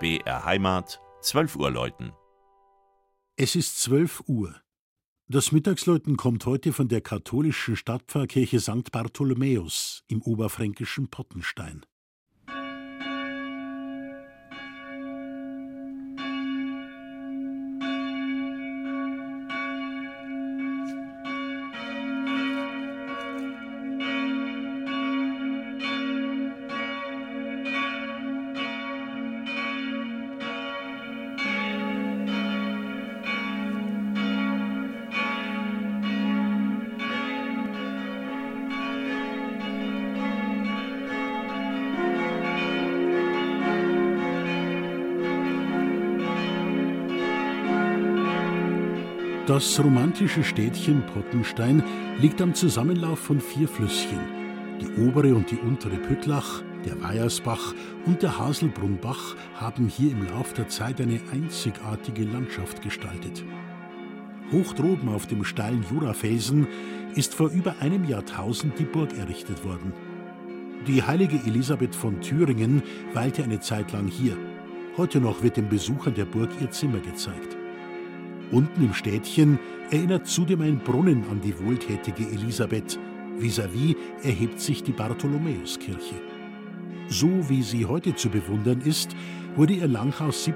BR Heimat, 12 Uhr läuten. Es ist 12 Uhr. Das Mittagsläuten kommt heute von der katholischen Stadtpfarrkirche St. Bartholomäus im oberfränkischen Pottenstein. Das romantische Städtchen Pottenstein liegt am Zusammenlauf von 4 Flüsschen. Die obere und die untere Püttlach, der Weiersbach und der Haselbrunnbach haben hier im Lauf der Zeit eine einzigartige Landschaft gestaltet. Hoch droben auf dem steilen Jurafelsen ist vor über einem Jahrtausend die Burg errichtet worden. Die heilige Elisabeth von Thüringen weilte eine Zeit lang hier. Heute noch wird den Besuchern der Burg ihr Zimmer gezeigt. Unten im Städtchen erinnert zudem ein Brunnen an die wohltätige Elisabeth. Vis-à-vis erhebt sich die Bartholomäuskirche. So wie sie heute zu bewundern ist, wurde ihr Langhaus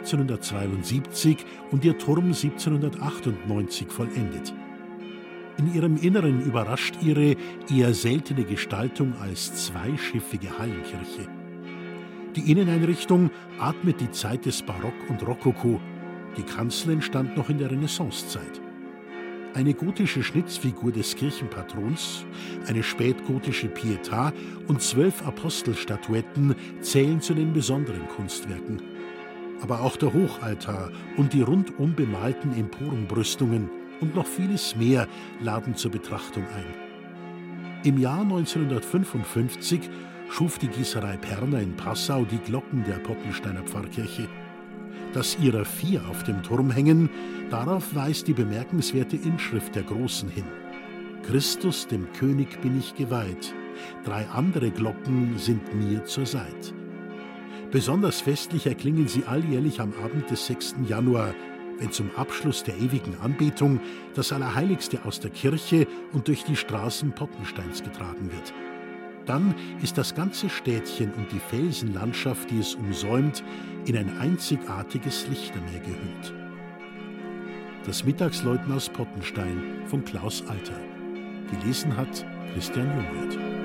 1772 und ihr Turm 1798 vollendet. In ihrem Inneren überrascht ihre eher seltene Gestaltung als zweischiffige Hallenkirche. Die Inneneinrichtung atmet die Zeit des Barock und Rokoko. Die Kanzel entstand noch in der Renaissancezeit. Eine gotische Schnitzfigur des Kirchenpatrons, eine spätgotische Pietà und 12 Apostelstatuetten zählen zu den besonderen Kunstwerken. Aber auch der Hochaltar und die rundum bemalten Emporenbrüstungen und noch vieles mehr laden zur Betrachtung ein. Im Jahr 1955 schuf die Gießerei Perner in Passau die Glocken der Pottensteiner Pfarrkirche. Dass ihrer 4 auf dem Turm hängen, darauf weist die bemerkenswerte Inschrift der Großen hin. Christus, dem König, bin ich geweiht. 3 andere Glocken sind mir zur Seit. Besonders festlich erklingen sie alljährlich am Abend des 6. Januar, wenn zum Abschluss der ewigen Anbetung das Allerheiligste aus der Kirche und durch die Straßen Pottensteins getragen wird. Dann ist das ganze Städtchen und die Felsenlandschaft, die es umsäumt, in ein einzigartiges Lichtermeer gehüllt. Das Mittagsläuten aus Pottenstein von Klaus Alter. Gelesen hat Christian Jungwirth.